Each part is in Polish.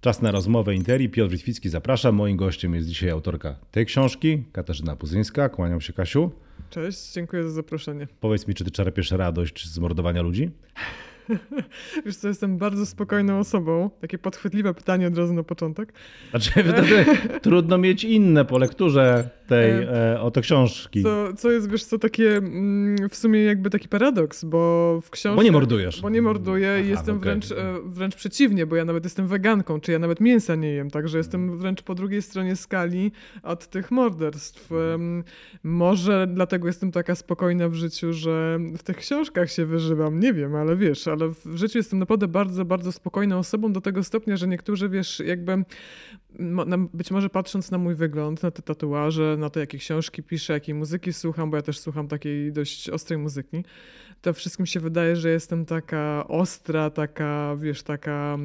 Czas na rozmowę Interi. Piotr Witwicki, zapraszam. Moim gościem jest dzisiaj autorka tej książki, Katarzyna Puzyńska. Kłaniam się, Kasiu. Cześć, dziękuję za zaproszenie. Powiedz mi, czy ty czerpiesz radość z mordowania ludzi? Wiesz co, jestem bardzo spokojną osobą. Takie podchwytliwe pytanie od razu na początek. Znaczy, wtedy trudno mieć inne po lekturze tej oto książki. Co jest, wiesz co, takie w sumie jakby taki paradoks, bo w książce... Bo nie mordujesz. Bo nie morduję i jestem wręcz przeciwnie, bo ja nawet jestem weganką, czy ja nawet mięsa nie jem, także jestem wręcz po drugiej stronie skali od tych morderstw. Może dlatego jestem taka spokojna w życiu, że w tych książkach się wyżywam, nie wiem, ale wiesz, ale w życiu jestem naprawdę bardzo, bardzo spokojną osobą do tego stopnia, że niektórzy, wiesz, jakby być może patrząc na mój wygląd, na te tatuaże, na to, jakie książki piszę, jakiej muzyki słucham, bo ja też słucham takiej dość ostrej muzyki, to wszystkim się wydaje, że jestem taka ostra, taka, wiesz, taka...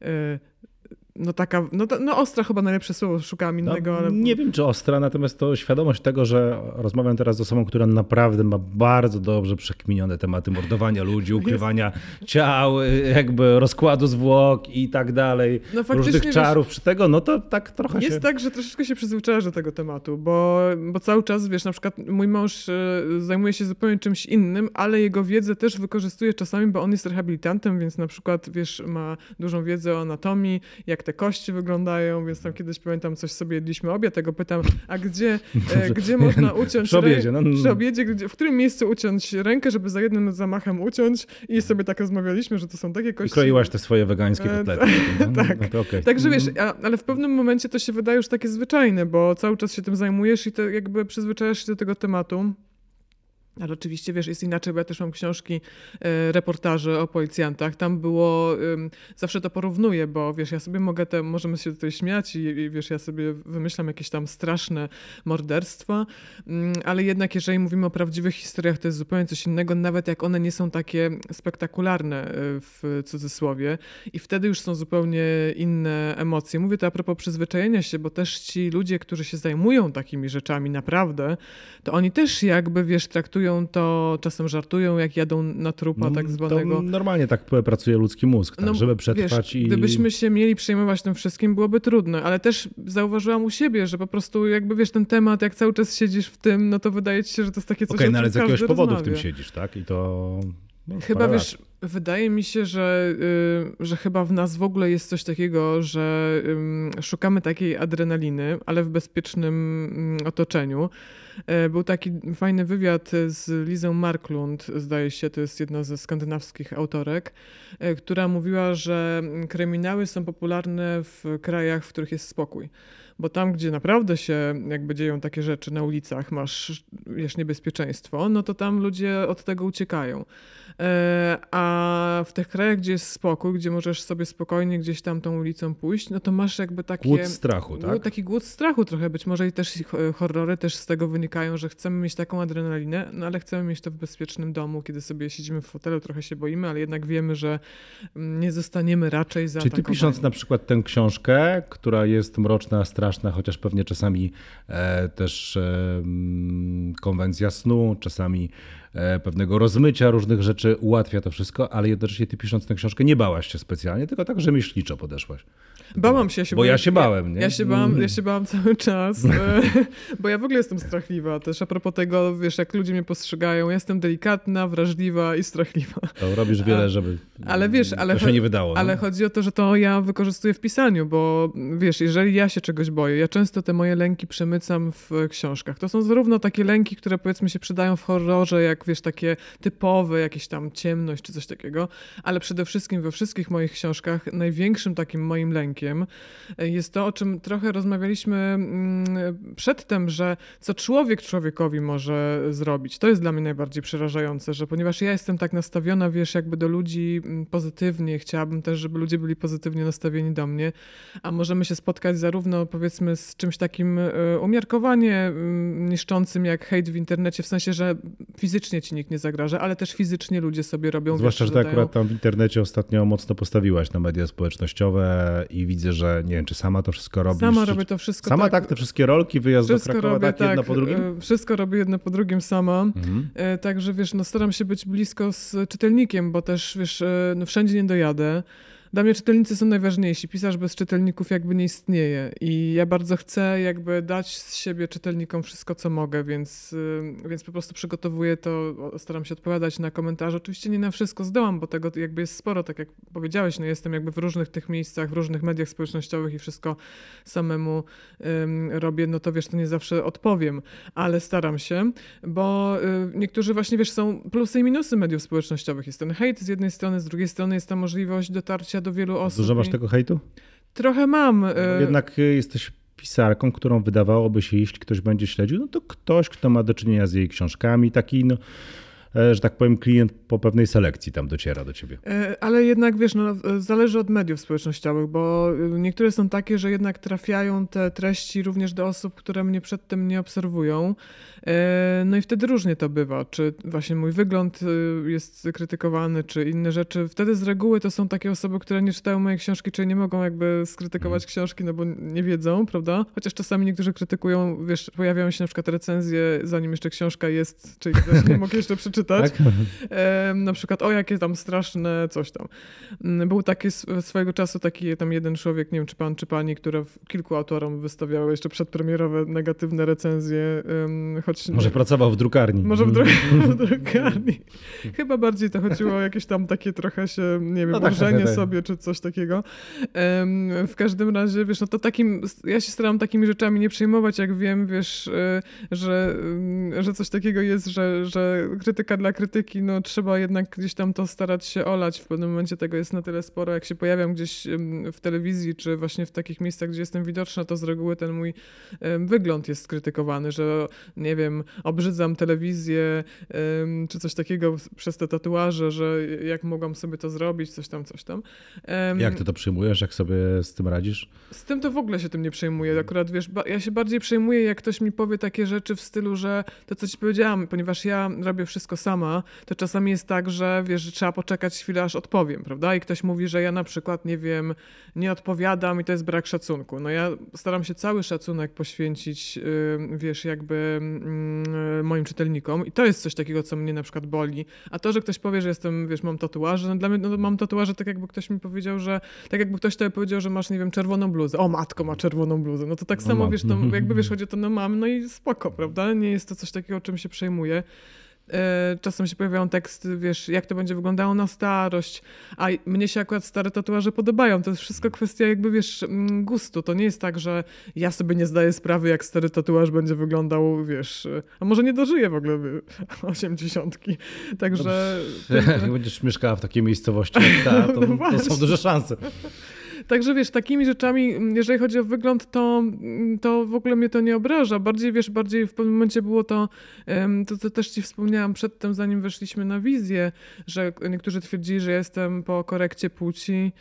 ostra chyba najlepsze słowo, szukałam innego, ale... Nie wiem, czy ostra, natomiast to świadomość tego, że rozmawiam teraz z osobą, która naprawdę ma bardzo dobrze przekminione tematy mordowania ludzi, ukrywania ciał, jakby rozkładu zwłok i tak dalej, różnych czarów przy tego, no to tak trochę jest tak, że troszeczkę się przyzwyczajasz do tego tematu, bo cały czas, wiesz, na przykład mój mąż zajmuje się zupełnie czymś innym, ale jego wiedzę też wykorzystuje czasami, bo on jest rehabilitantem, więc na przykład, wiesz, ma dużą wiedzę o anatomii, jak te kości wyglądają, więc tam kiedyś pamiętam, coś sobie jedliśmy obiad, tego pytam, a gdzie można uciąć przy obiedzie, przy obiedzie, w którym miejscu uciąć rękę, żeby za jednym zamachem uciąć i sobie tak rozmawialiśmy, że to są takie kości. I kroiłaś te swoje wegańskie kotlety. Tak. No okay. Także wiesz, ale w pewnym momencie to się wydaje już takie zwyczajne, bo cały czas się tym zajmujesz i to jakby przyzwyczajasz się do tego tematu. Ale oczywiście, wiesz, jest inaczej, bo ja też mam książki, reportaże o policjantach. Tam było, zawsze to porównuję, bo wiesz, ja sobie możemy się tutaj śmiać i wiesz, ja sobie wymyślam jakieś tam straszne morderstwa, ale jednak jeżeli mówimy o prawdziwych historiach, to jest zupełnie coś innego, nawet jak one nie są takie spektakularne w cudzysłowie i wtedy już są zupełnie inne emocje. Mówię to a propos przyzwyczajenia się, bo też ci ludzie, którzy się zajmują takimi rzeczami naprawdę, to oni też jakby, wiesz, traktują to, czasem żartują, jak jadą na trupa tak zwanego. To normalnie tak pracuje ludzki mózg, tak, żeby przetrwać. Wiesz, gdybyśmy się mieli przejmować tym wszystkim, byłoby trudno, ale też zauważyłam u siebie, że po prostu jakby, wiesz, ten temat, jak cały czas siedzisz w tym, no to wydaje ci się, że to jest takie coś, no ale z jakiegoś powodu w tym siedzisz, tak? I to... Chyba, wiesz, wydaje mi się, że chyba w nas w ogóle jest coś takiego, że szukamy takiej adrenaliny, ale w bezpiecznym otoczeniu. Był taki fajny wywiad z Lizą Marklund, zdaje się, to jest jedna ze skandynawskich autorek, która mówiła, że kryminały są popularne w krajach, w których jest spokój. Bo tam, gdzie naprawdę się jakby dzieją takie rzeczy na ulicach, masz, wiesz, niebezpieczeństwo, no to tam ludzie od tego uciekają. A w tych krajach, gdzie jest spokój, gdzie możesz sobie spokojnie gdzieś tam tą ulicą pójść, no to masz jakby takie... Głód strachu, tak? Taki głód strachu trochę, być może i też horrory też z tego wynikają, że chcemy mieć taką adrenalinę, no ale chcemy mieć to w bezpiecznym domu, kiedy sobie siedzimy w fotelu, trochę się boimy, ale jednak wiemy, że nie zostaniemy raczej zaatakowani. Czyli ty pisząc na przykład tę książkę, która jest mroczna, straszna, chociaż pewnie czasami też konwencja snu, czasami pewnego rozmycia różnych rzeczy ułatwia to wszystko, ale jednocześnie ty pisząc tę książkę nie bałaś się specjalnie, tylko tak rzemieślniczo podeszłaś. Bałam się. Bo ja się bałem, nie? Ja się bałam cały czas, bo ja w ogóle jestem strachliwa też a propos tego, wiesz, jak ludzie mnie postrzegają, ja jestem delikatna, wrażliwa i strachliwa. To robisz wiele, żeby to się nie wydało. Ale chodzi o to, że to ja wykorzystuję w pisaniu, bo wiesz, jeżeli ja się czegoś boję, ja często te moje lęki przemycam w książkach. To są zarówno takie lęki, które powiedzmy się przydają w horrorze, jak wiesz, takie typowe, jakieś tam ciemność czy coś takiego, ale przede wszystkim we wszystkich moich książkach największym takim moim lękiem jest to, o czym trochę rozmawialiśmy przedtem, że co człowiek człowiekowi może zrobić. To jest dla mnie najbardziej przerażające, że ponieważ ja jestem tak nastawiona, wiesz, jakby do ludzi pozytywnie, chciałabym też, żeby ludzie byli pozytywnie nastawieni do mnie, a możemy się spotkać zarówno powiedzmy z czymś takim umiarkowanie niszczącym jak hejt w internecie, w sensie, że fizycznie ci nikt nie zagraża, ale też fizycznie ludzie sobie robią... Zwłaszcza, że akurat tam w internecie ostatnio mocno postawiłaś na media społecznościowe i widzę, że nie wiem, czy sama to wszystko robisz. Sama robię to wszystko. Sama tak, te wszystkie rolki, wyjazd do Krakowa, robię, tak, jedno po drugim? Wszystko robię jedno po drugim sama. Także wiesz, no staram się być blisko z czytelnikiem, bo też wiesz, no wszędzie nie dojadę. Dla mnie czytelnicy są najważniejsi. Pisarz bez czytelników jakby nie istnieje i ja bardzo chcę jakby dać z siebie czytelnikom wszystko, co mogę, więc po prostu przygotowuję to, staram się odpowiadać na komentarze. Oczywiście nie na wszystko zdołam, bo tego jakby jest sporo, tak jak powiedziałeś, no jestem jakby w różnych tych miejscach, w różnych mediach społecznościowych i wszystko samemu robię, no to wiesz, to nie zawsze odpowiem, ale staram się, bo niektórzy właśnie, wiesz, są plusy i minusy mediów społecznościowych. Jest ten hejt z jednej strony, z drugiej strony jest ta możliwość dotarcia do wielu osób. Dużo masz tego hejtu? Trochę mam. Jednak jesteś pisarką, którą wydawałoby się, jeśli ktoś będzie śledził, no to ktoś, kto ma do czynienia z jej książkami, taki, no, że tak powiem, klient po pewnej selekcji tam dociera do ciebie. Ale jednak, wiesz, no, zależy od mediów społecznościowych, bo niektóre są takie, że jednak trafiają te treści również do osób, które mnie przedtem nie obserwują. No i wtedy różnie to bywa. Czy właśnie mój wygląd jest krytykowany, czy inne rzeczy. Wtedy z reguły to są takie osoby, które nie czytają mojej książki, czyli nie mogą jakby skrytykować książki, no bo nie wiedzą, prawda? Chociaż czasami niektórzy krytykują, wiesz, pojawiają się na przykład recenzje, zanim jeszcze książka jest, czyli ktoś nie mógł jeszcze przeczytać. Tak? Na przykład, o jakie tam straszne coś tam. Był taki swojego czasu taki tam jeden człowiek, nie wiem czy pan, czy pani, które kilku autorom wystawiały jeszcze przedpremierowe negatywne recenzje. Może pracował w drukarni. Może w drukarni. Chyba bardziej to chodziło o jakieś tam takie trochę się, nie wiem, ułożenie sobie czy coś takiego. W każdym razie, wiesz, no to ja się staram takimi rzeczami nie przejmować, jak wiem, wiesz, że coś takiego jest, że krytyka dla krytyki, no trzeba jednak gdzieś tam to starać się olać. W pewnym momencie tego jest na tyle sporo, jak się pojawiam gdzieś w telewizji, czy właśnie w takich miejscach, gdzie jestem widoczna, to z reguły ten mój wygląd jest skrytykowany, że nie wiem, obrzydzam telewizję, czy coś takiego przez te tatuaże, że jak mogłam sobie to zrobić, coś tam. Jak ty to przyjmujesz, jak sobie z tym radzisz? Z tym to w ogóle się tym nie przejmuję. Akurat, wiesz, ja się bardziej przejmuję, jak ktoś mi powie takie rzeczy w stylu, że to, co ci powiedziałam, ponieważ ja robię wszystko sama, to czasami jest tak, że wiesz, że trzeba poczekać chwilę, aż odpowiem, prawda? I ktoś mówi, że ja na przykład, nie wiem, nie odpowiadam i to jest brak szacunku. No ja staram się cały szacunek poświęcić, wiesz, jakby moim czytelnikom i to jest coś takiego, co mnie na przykład boli. A to, że ktoś powie, że jestem, wiesz, mam tatuaże, no dla mnie mam tatuaże tak jakby ktoś mi powiedział, że tak jakby ktoś tobie powiedział, że masz, nie wiem, czerwoną bluzę. O, matko ma czerwoną bluzę. No to tak samo, wiesz, to jakby wiesz, chodzi o to, no mam, no i spoko, prawda? Nie jest to coś takiego, czym się przejmuję. Czasem się pojawiają teksty, wiesz, jak to będzie wyglądało na starość, a mnie się akurat stare tatuaże podobają. To jest wszystko kwestia jakby, wiesz, gustu. To nie jest tak, że ja sobie nie zdaję sprawy, jak stary tatuaż będzie wyglądał, wiesz, a może nie dożyję w ogóle 80. Także... Jak będziesz mieszkała w takiej miejscowości jak ta, to są duże szanse. Także wiesz, takimi rzeczami, jeżeli chodzi o wygląd, to w ogóle mnie to nie obraża. Bardziej w pewnym momencie było to też ci wspomniałam przedtem, zanim weszliśmy na wizję, że niektórzy twierdzili, że jestem po korekcie płci,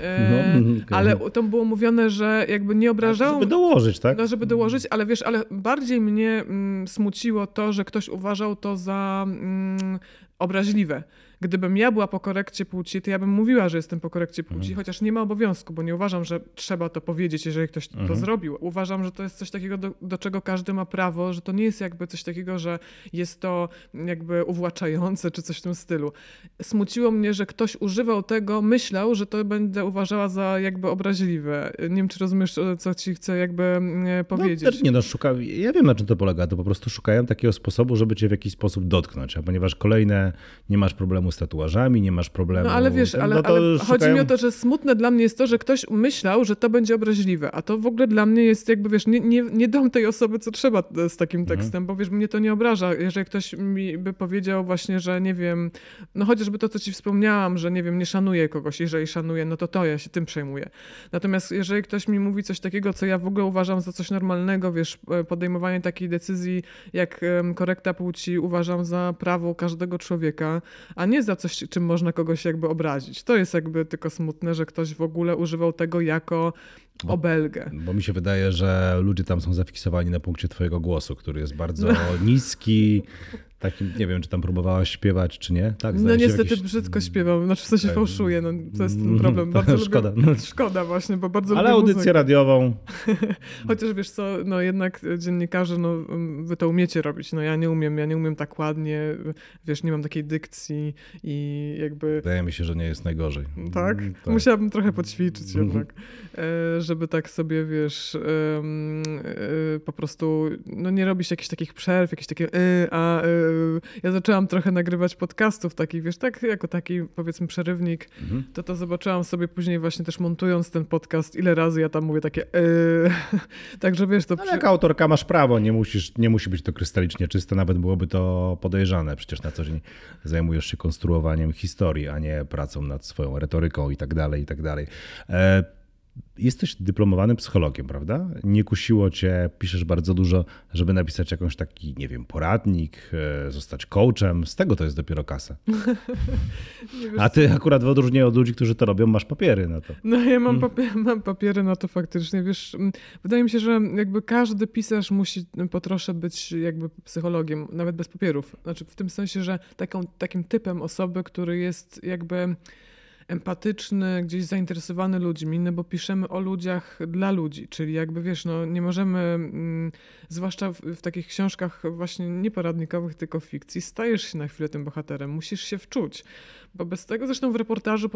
ale to było mówione, że jakby nie obrażało... Żeby dołożyć, tak? No, żeby dołożyć, ale wiesz, ale bardziej mnie smuciło to, że ktoś uważał to za obraźliwe. Gdybym ja była po korekcie płci, to ja bym mówiła, że jestem po korekcie płci, chociaż nie ma obowiązku, bo nie uważam, że trzeba to powiedzieć, jeżeli ktoś to zrobił. Uważam, że to jest coś takiego, do czego każdy ma prawo, że to nie jest jakby coś takiego, że jest to jakby uwłaczające, czy coś w tym stylu. Smuciło mnie, że ktoś używał tego, myślał, że to będę uważała za jakby obraźliwe. Nie wiem, czy rozumiesz, co ci chcę jakby powiedzieć. Ja wiem, na czym to polega. To po prostu szukają takiego sposobu, żeby cię w jakiś sposób dotknąć, a ponieważ kolejne nie masz problemu z tatuażami, nie masz problemu... No ale wiesz, ale chodzi mi o to, że smutne dla mnie jest to, że ktoś myślał, że to będzie obraźliwe, a to w ogóle dla mnie jest jakby, wiesz, nie dam tej osoby, co trzeba z takim tekstem, bo wiesz, mnie to nie obraża. Jeżeli ktoś mi by powiedział właśnie, że nie wiem, no chociażby to, co ci wspomniałam, że nie wiem, nie szanuję kogoś, jeżeli szanuję, no to ja się tym przejmuję. Natomiast jeżeli ktoś mi mówi coś takiego, co ja w ogóle uważam za coś normalnego, wiesz, podejmowanie takiej decyzji jak korekta płci uważam za prawo każdego człowieka, a nie za coś, czym można kogoś jakby obrazić. To jest jakby tylko smutne, że ktoś w ogóle używał tego jako obelgę. Bo mi się wydaje, że ludzie tam są zafiksowani na punkcie twojego głosu, który jest bardzo niski, Takim, nie wiem, czy tam próbowałaś śpiewać, czy nie. Tak, no niestety brzydko śpiewam, znaczy w sensie fałszuję, no to jest ten problem. Bardzo szkoda. Szkoda właśnie, bo bardzo ale lubię audycję muzykę. radiową. Chociaż wiesz co, no jednak dziennikarze, no wy to umiecie robić, no ja nie umiem tak ładnie, wiesz, nie mam takiej dykcji i jakby... Wydaje mi się, że nie jest najgorzej. Tak? Musiałabym trochę poćwiczyć jednak, żeby tak sobie, wiesz, po prostu, no nie robić jakichś takich przerw, jakieś takie ja zaczęłam trochę nagrywać podcastów takich, wiesz, tak jako taki, powiedzmy, przerywnik, to zobaczyłam sobie później właśnie też montując ten podcast, ile razy ja tam mówię takie także wiesz, to... Ale jako autorka masz prawo, nie musi być to krystalicznie czyste, nawet byłoby to podejrzane, przecież na co dzień zajmujesz się konstruowaniem historii, a nie pracą nad swoją retoryką i tak dalej, i tak dalej. Jesteś dyplomowanym psychologiem, prawda? Nie kusiło cię, piszesz bardzo dużo, żeby napisać jakąś taki, nie wiem, poradnik, zostać coachem. Z tego to jest dopiero kasa. A ty akurat w odróżnieniu od ludzi, którzy to robią, masz papiery na to. No ja mam papiery na to faktycznie. Wiesz, wydaje mi się, że jakby każdy pisarz musi po trosze być jakby psychologiem, nawet bez papierów. Znaczy w tym sensie, że takim typem osoby, który jest jakby empatyczny, gdzieś zainteresowany ludźmi, no bo piszemy o ludziach dla ludzi, czyli jakby wiesz, no nie możemy, zwłaszcza w takich książkach właśnie nie poradnikowych, tylko fikcji, stajesz się na chwilę tym bohaterem, musisz się wczuć, bo bez tego, zresztą w reportażu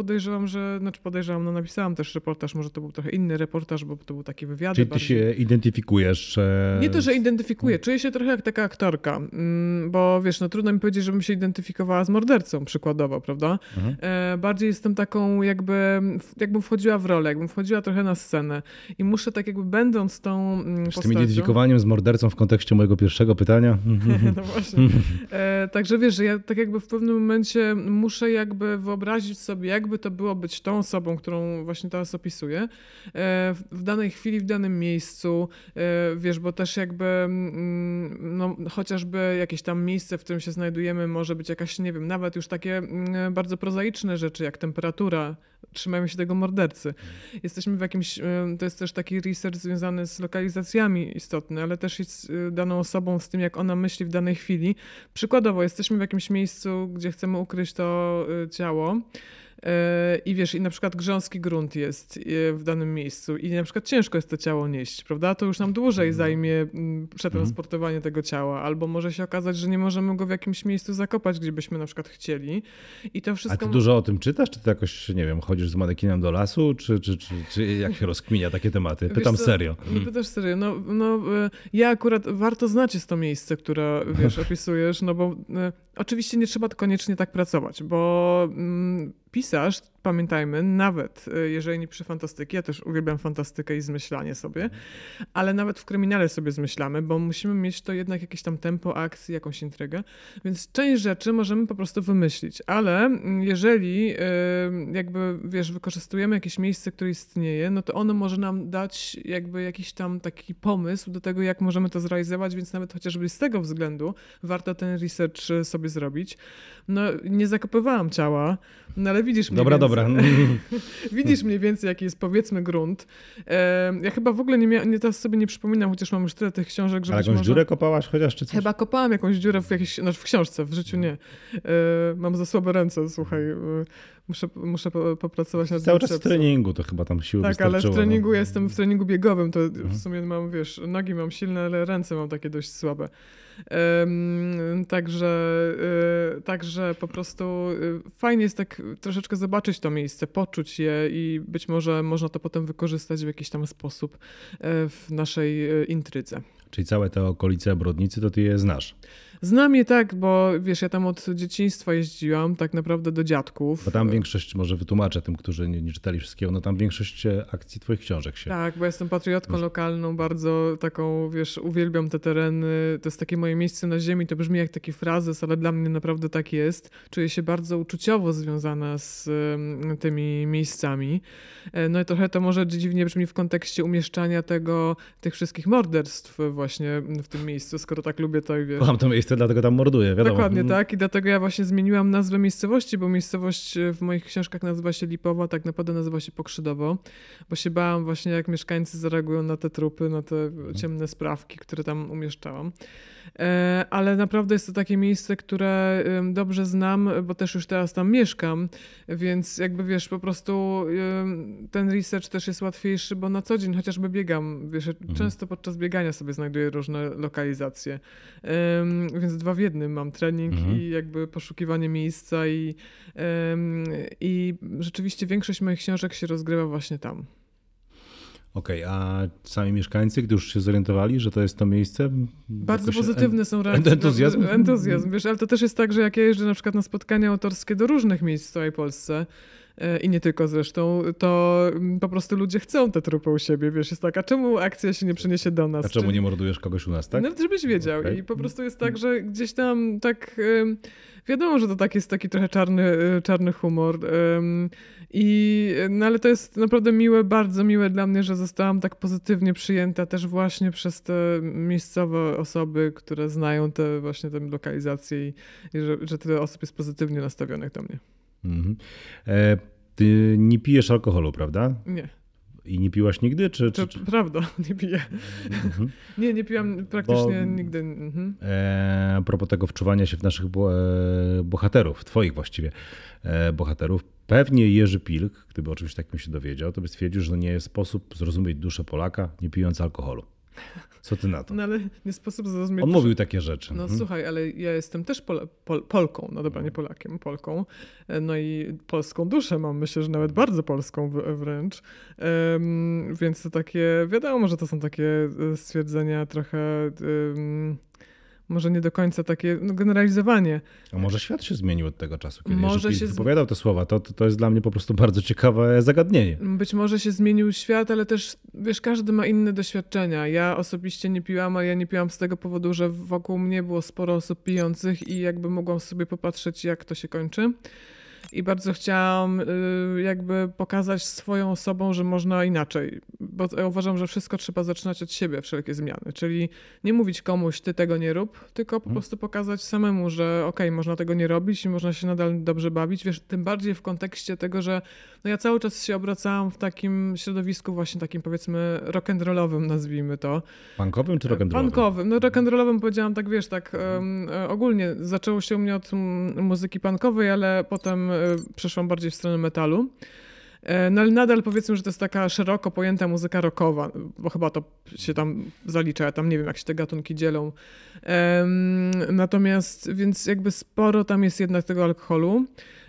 napisałam też reportaż, może to był trochę inny reportaż, bo to był taki wywiad. Czyli ty się identyfikujesz? Nie to, że identyfikuję, czuję się trochę jak taka aktorka, bo wiesz, no trudno mi powiedzieć, żebym się identyfikowała z mordercą przykładowo, prawda? Bardziej jestem taką jakbym wchodziła w rolę, jakbym wchodziła trochę na scenę i muszę tak jakby będąc tą postacią... Z tym identyfikowaniem z mordercą w kontekście mojego pierwszego pytania? No właśnie. Także wiesz, że ja tak jakby w pewnym momencie muszę jakby wyobrazić sobie, jakby to było być tą osobą, którą właśnie teraz opisuję, w danej chwili, w danym miejscu, wiesz, bo też jakby no, chociażby jakieś tam miejsce, w którym się znajdujemy, może być jakaś, nie wiem, nawet już takie bardzo prozaiczne rzeczy, jak temperatura, trzymajmy się tego mordercy. Jesteśmy w jakimś, to jest też taki research związany z lokalizacjami istotny, ale też jest daną osobą z tym, jak ona myśli w danej chwili. Przykładowo, jesteśmy w jakimś miejscu, gdzie chcemy ukryć to ciało i wiesz, i na przykład grząski grunt jest w danym miejscu i na przykład ciężko jest to ciało nieść, prawda? To już nam dłużej zajmie przetransportowanie tego ciała, albo może się okazać, że nie możemy go w jakimś miejscu zakopać, gdzie byśmy na przykład chcieli. I to wszystko... A ty dużo o tym czytasz? Czy ty jakoś, nie wiem, chodzisz z manekinem do lasu? Czy jak się rozkminia takie tematy? Pytam serio. Pytasz serio. No, ja akurat, warto znać jest to miejsce, które, wiesz, opisujesz, no bo oczywiście nie trzeba koniecznie tak pracować, bo pisarz, pamiętajmy, nawet jeżeli nie pisze fantastyki, ja też uwielbiam fantastykę i zmyślanie sobie, ale nawet w kryminale sobie zmyślamy, bo musimy mieć to jednak jakieś tam tempo akcji, jakąś intrygę, więc część rzeczy możemy po prostu wymyślić, ale jeżeli jakby, wiesz, wykorzystujemy jakieś miejsce, które istnieje, no to ono może nam dać jakby jakiś tam taki pomysł do tego, jak możemy to zrealizować, więc nawet chociażby z tego względu warto ten research sobie zrobić. No, nie zakopywałam ciała, no ale widzisz mniej więcej. Dobra. Widzisz mniej więcej, jaki jest, powiedzmy, grunt. Ja chyba w ogóle teraz sobie nie przypominam, chociaż mam już tyle tych książek, że... A jakąś dziurę kopałaś chociaż, czy coś? Chyba kopałam jakąś dziurę w książce, w życiu nie. Mam za słabe ręce, słuchaj. Muszę popracować nad tym. Cały czas w treningu, to chyba tam siły wystarczyło. Tak, ale w treningu jestem w treningu biegowym, to w sumie mam, wiesz, nogi mam silne, ale ręce mam takie dość słabe. Także po prostu fajnie jest tak troszeczkę zobaczyć to miejsce, poczuć je i być może można to potem wykorzystać w jakiś tam sposób w naszej intrydze. Czyli całe te okolice Brodnicy to ty je znasz? Znam je tak, bo wiesz, ja tam od dzieciństwa jeździłam tak naprawdę do dziadków. Bo tam większość, może wytłumaczę tym, którzy nie czytali wszystkiego, no tam większość akcji twoich książek się... Tak, bo jestem patriotką lokalną, bardzo taką, wiesz, uwielbiam te tereny, to jest takie moje miejsce na ziemi, to brzmi jak taki frazes, ale dla mnie naprawdę tak jest. Czuję się bardzo uczuciowo związana z tymi miejscami. No i trochę to może dziwnie brzmi w kontekście umieszczania tych wszystkich morderstw właśnie w tym miejscu, skoro tak lubię to i wiesz. Kocham to miejsce, dlatego tam morduję, wiadomo. Dokładnie tak i dlatego ja właśnie zmieniłam nazwę miejscowości, bo miejscowość w moich książkach nazywa się Lipowa, tak naprawdę nazywa się Pokrzydowo, bo się bałam właśnie jak mieszkańcy zareagują na te trupy, na te ciemne sprawki, które tam umieszczałam. Ale naprawdę jest to takie miejsce, które dobrze znam, bo też już teraz tam mieszkam, więc jakby wiesz, po prostu ten research też jest łatwiejszy, bo na co dzień chociażby biegam, wiesz, często podczas biegania sobie znajduję różne lokalizacje, więc 2 w 1 mam trening i jakby poszukiwanie miejsca i rzeczywiście większość moich książek się rozgrywa właśnie tam. Okej, a sami mieszkańcy, gdy już się zorientowali, że to jest to miejsce? Bardzo pozytywne są reakcje. Entuzjazm? Entuzjazm, wiesz, ale to też jest tak, że jak ja jeżdżę na przykład na spotkania autorskie do różnych miejsc w całej Polsce i nie tylko zresztą, to po prostu ludzie chcą te trupy u siebie, wiesz, jest tak, a czemu akcja się nie przeniesie do nas? A czemu nie mordujesz kogoś u nas, tak? No, żebyś wiedział. Okay. I po prostu jest tak, że gdzieś tam tak wiadomo, że to tak jest taki trochę czarny humor. No ale to jest naprawdę miłe, bardzo miłe dla mnie, że zostałam tak pozytywnie przyjęta też właśnie przez te miejscowe osoby, które znają te właśnie tę lokalizację i że tyle osób jest pozytywnie nastawionych do mnie. Ty nie pijesz alkoholu, prawda? Nie. I nie piłaś nigdy? Czy... Prawda, nie piję. Nie piłam praktycznie nigdy. A propos tego wczuwania się w naszych bohaterów, twoich właściwie bohaterów, pewnie Jerzy Pilk, gdyby o czymś takim się dowiedział, to by stwierdził, że nie jest sposób zrozumieć duszę Polaka, nie pijąc alkoholu. Co ty na to? No ale nie sposób zrozumieć. On mówił takie rzeczy. No słuchaj, ale ja jestem też Polką, no dobra, nie Polakiem, Polką. No i polską duszę mam, myślę, że nawet bardzo polską wręcz. Więc to takie, wiadomo, że to są takie stwierdzenia trochę... może nie do końca takie generalizowanie. A może świat się zmienił od tego czasu, kiedy Jerzy Pilk wypowiadał te słowa? To jest dla mnie po prostu bardzo ciekawe zagadnienie. Być może się zmienił świat, ale też, wiesz, każdy ma inne doświadczenia. Ja osobiście nie piłam, ale ja nie piłam z tego powodu, że wokół mnie było sporo osób pijących i jakby mogłam sobie popatrzeć, jak to się kończy. I bardzo chciałam jakby pokazać swoją osobą, że można inaczej, bo ja uważam, że wszystko trzeba zaczynać od siebie, wszelkie zmiany, czyli nie mówić komuś, ty tego nie rób, tylko po prostu pokazać samemu, że okej, można tego nie robić i można się nadal dobrze bawić, wiesz, tym bardziej w kontekście tego, że no ja cały czas się obracałam w takim środowisku właśnie takim powiedzmy rock'n'rollowym, nazwijmy to. Punkowym czy rock'n'rollowym? Punkowym, no rock'n'rollowym powiedziałam tak, wiesz, tak ogólnie zaczęło się u mnie od muzyki punkowej, ale potem przeszłam bardziej w stronę metalu. No ale nadal powiedzmy, że to jest taka szeroko pojęta muzyka rockowa, bo chyba to się tam zalicza, ja tam nie wiem, jak się te gatunki dzielą. Natomiast, więc jakby sporo tam jest jednak tego alkoholu.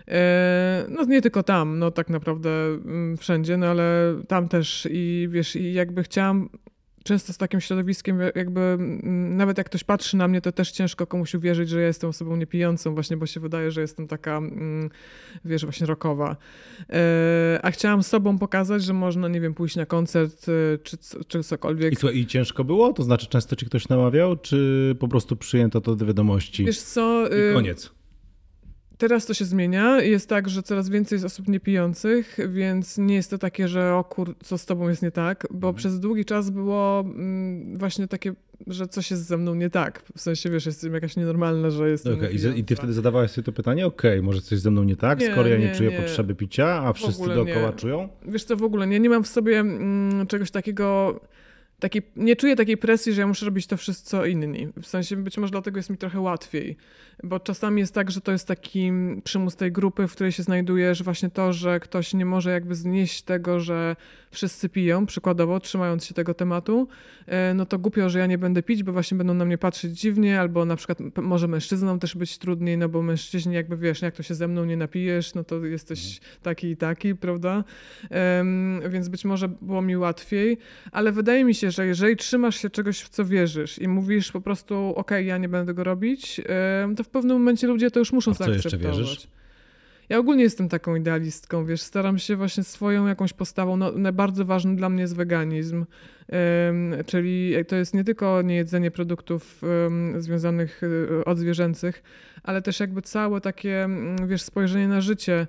No nie tylko tam, no tak naprawdę wszędzie, no ale tam też i wiesz, i jakby chciałam często z takim środowiskiem, jakby nawet jak ktoś patrzy na mnie, to też ciężko komuś uwierzyć, że ja jestem osobą niepijącą, właśnie, bo się wydaje, że jestem taka, wiesz, właśnie rockowa. A chciałam sobą pokazać, że można, nie wiem, pójść na koncert czy cokolwiek. I słuchaj, i ciężko było? To znaczy często ci ktoś namawiał, czy po prostu przyjęto to do wiadomości? Wiesz co? I koniec. Teraz to się zmienia. Jest tak, że coraz więcej jest osób niepijących, więc nie jest to takie, że o kur, co z tobą jest nie tak, bo przez długi czas było właśnie takie, że coś jest ze mną nie tak. W sensie, wiesz, jestem jakaś nienormalna, że jestem niepijąca. I ty wtedy zadawałeś sobie to pytanie, może coś ze mną nie tak, skoro ja nie czuję potrzeby picia, a wszyscy dookoła czują? Wiesz co, w ogóle nie mam w sobie czegoś takiego... nie czuję takiej presji, że ja muszę robić to wszystko co inni. W sensie być może dlatego jest mi trochę łatwiej. Bo czasami jest tak, że to jest taki przymus tej grupy, w której się znajdujesz, właśnie to, że ktoś nie może jakby znieść tego, że wszyscy piją, przykładowo, trzymając się tego tematu, no to głupio, że ja nie będę pić, bo właśnie będą na mnie patrzeć dziwnie, albo na przykład może mężczyznom też być trudniej, no bo mężczyźni jakby wiesz, jak to się ze mną nie napijesz, no to jesteś taki i taki, prawda? Więc być może było mi łatwiej, ale wydaje mi się, że jeżeli trzymasz się czegoś, w co wierzysz i mówisz po prostu, okej, ja nie będę tego robić, to w pewnym momencie ludzie to już muszą zaakceptować. A w co jeszcze wierzysz? Ja ogólnie jestem taką idealistką, wiesz, staram się właśnie swoją jakąś postawą, no bardzo ważny dla mnie jest weganizm, czyli to jest nie tylko niejedzenie produktów związanych odzwierzęcych, ale też jakby całe takie, wiesz, spojrzenie na życie,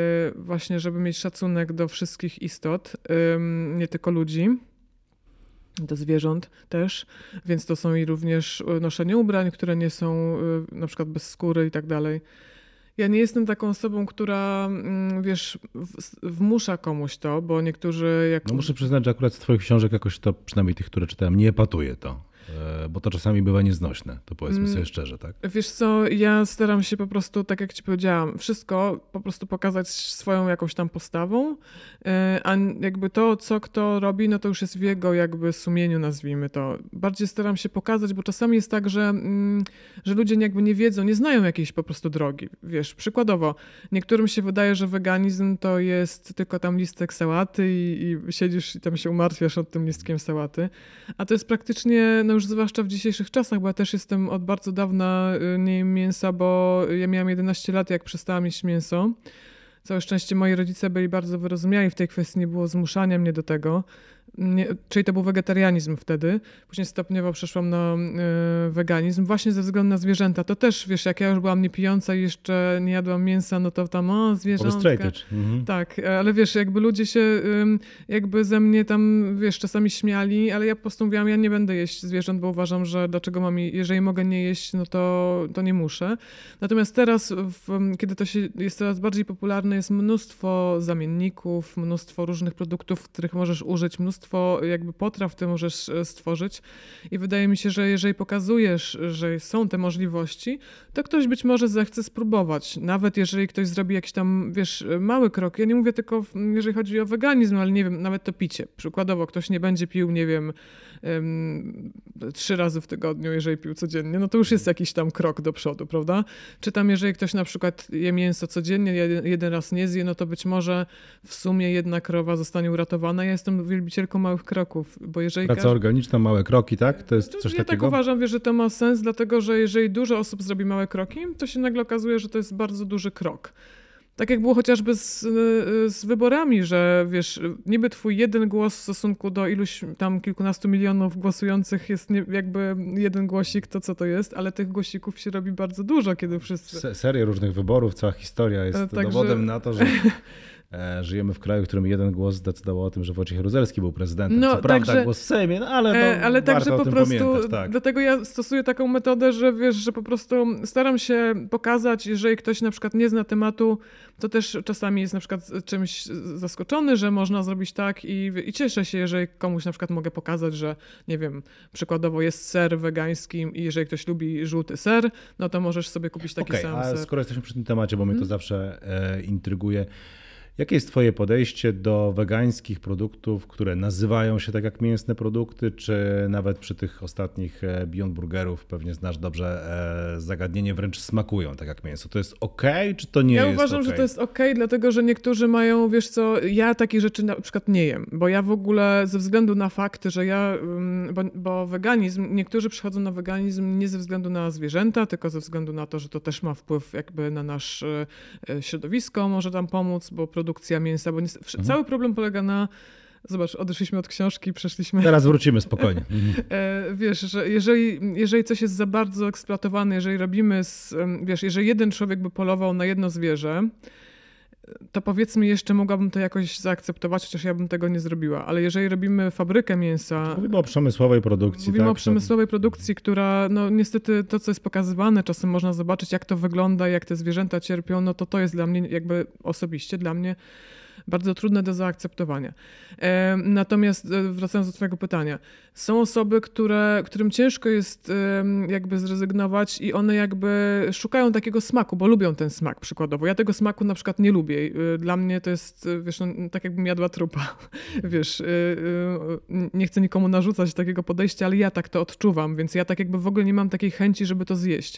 właśnie żeby mieć szacunek do wszystkich istot, nie tylko ludzi. do zwierząt też, więc to są i również noszenie ubrań, które nie są na przykład bez skóry i tak dalej. Ja nie jestem taką osobą, która, wiesz, wmusza komuś to, bo niektórzy... No muszę przyznać, że akurat z twoich książek jakoś to, przynajmniej tych, które czytałem, nie epatuje to. Bo to czasami bywa nieznośne, to powiedzmy sobie szczerze, tak? Wiesz co, ja staram się po prostu, tak jak ci powiedziałam, wszystko po prostu pokazać swoją jakąś tam postawą, a jakby to, co kto robi, no to już jest w jego jakby sumieniu, nazwijmy to. Bardziej staram się pokazać, bo czasami jest tak, że ludzie jakby nie wiedzą, nie znają jakiejś po prostu drogi. Wiesz, przykładowo, niektórym się wydaje, że weganizm to jest tylko tam listek sałaty i siedzisz i tam się umartwiasz nad tym listkiem sałaty, a to jest praktycznie, no już zwłaszcza w dzisiejszych czasach, bo ja też jestem od bardzo dawna nie jem mięsa, bo ja miałam 11 lat, jak przestałam jeść mięso. Całe szczęście moi rodzice byli bardzo wyrozumiali w tej kwestii, nie było zmuszania mnie do tego. Czyli to był wegetarianizm wtedy. Później stopniowo przeszłam na weganizm właśnie ze względu na zwierzęta. To też, wiesz, jak ja już byłam niepijąca i jeszcze nie jadłam mięsa, no to tam, zwierzątka. Tak, ale wiesz, jakby ludzie się jakby ze mnie tam, wiesz, czasami śmiali, ale ja postanowiłam, ja nie będę jeść zwierząt, bo uważam, że dlaczego mam, jeżeli mogę nie jeść, no to nie muszę. Natomiast teraz, kiedy to jest coraz bardziej popularne, jest mnóstwo zamienników, mnóstwo różnych produktów, których możesz użyć, mnóstwo jakby potraw ty możesz stworzyć i wydaje mi się, że jeżeli pokazujesz, że są te możliwości, to ktoś być może zechce spróbować. Nawet jeżeli ktoś zrobi jakiś tam, wiesz, mały krok. Ja nie mówię tylko, jeżeli chodzi o weganizm, ale nie wiem, nawet to picie. Przykładowo ktoś nie będzie pił, nie wiem, 3 razy w tygodniu, jeżeli pił codziennie, no to już jest jakiś tam krok do przodu, prawda? Czy tam jeżeli ktoś na przykład je mięso codziennie, jeden raz nie zje, no to być może w sumie jedna krowa zostanie uratowana. Ja jestem wielbicielką małych kroków, bo jeżeli... Praca organiczna, małe kroki, tak? To jest coś ja takiego? Tak uważam, wiesz, że to ma sens, dlatego że jeżeli dużo osób zrobi małe kroki, to się nagle okazuje, że to jest bardzo duży krok. Tak jak było chociażby z wyborami, że wiesz, niby twój jeden głos w stosunku do iluś tam kilkunastu milionów głosujących jest jakby jeden głosik, to co to jest, ale tych głosików się robi bardzo dużo, kiedy wszyscy... Serię różnych wyborów, cała historia jest dowodem na to, że żyjemy w kraju, w którym jeden głos zdecydował o tym, że Wojciech Jaruzelski był prezydentem. No, co prawda głos w Sejmie, no, ale także warto po o tym prostu pamiętać. Tak. Dlatego ja stosuję taką metodę, że wiesz, że po prostu staram się pokazać, jeżeli ktoś na przykład nie zna tematu, to też czasami jest na przykład czymś zaskoczony, że można zrobić tak i cieszę się, jeżeli komuś na przykład mogę pokazać, że nie wiem, przykładowo jest ser wegański i jeżeli ktoś lubi żółty ser, no to możesz sobie kupić taki sam ser. Skoro jesteśmy przy tym temacie, bo mnie to zawsze intryguje, jakie jest twoje podejście do wegańskich produktów, które nazywają się tak jak mięsne produkty, czy nawet przy tych ostatnich Beyond Burgerów, pewnie znasz dobrze zagadnienie, wręcz smakują tak jak mięso. To jest okej, czy to nie jest okej? Ja uważam, że to jest okej, dlatego że niektórzy mają, wiesz co, ja takich rzeczy na przykład nie jem, bo ja w ogóle ze względu na fakt, że bo weganizm, niektórzy przychodzą na weganizm nie ze względu na zwierzęta, tylko ze względu na to, że to też ma wpływ jakby na nasze środowisko, może tam pomóc, bo produkcja mięsa, bo cały problem polega na... Zobacz, odeszliśmy od książki, przeszliśmy... Teraz wrócimy spokojnie. Wiesz, że jeżeli coś jest za bardzo eksploatowane, jeżeli robimy, wiesz, jeżeli jeden człowiek by polował na jedno zwierzę, to powiedzmy jeszcze mogłabym to jakoś zaakceptować, chociaż ja bym tego nie zrobiła. Ale jeżeli robimy fabrykę mięsa... Mówimy o przemysłowej produkcji. Mówimy o przemysłowej produkcji, która no niestety to, co jest pokazywane, czasem można zobaczyć, jak to wygląda, jak te zwierzęta cierpią, no to jest dla mnie jakby osobiście, dla mnie bardzo trudne do zaakceptowania. Natomiast wracając do twojego pytania, są osoby, którym ciężko jest jakby zrezygnować i one jakby szukają takiego smaku, bo lubią ten smak przykładowo. Ja tego smaku na przykład nie lubię. Dla mnie to jest, wiesz, no, tak jakbym jadła trupa. Wiesz, nie chcę nikomu narzucać takiego podejścia, ale ja tak to odczuwam, więc ja tak jakby w ogóle nie mam takiej chęci, żeby to zjeść.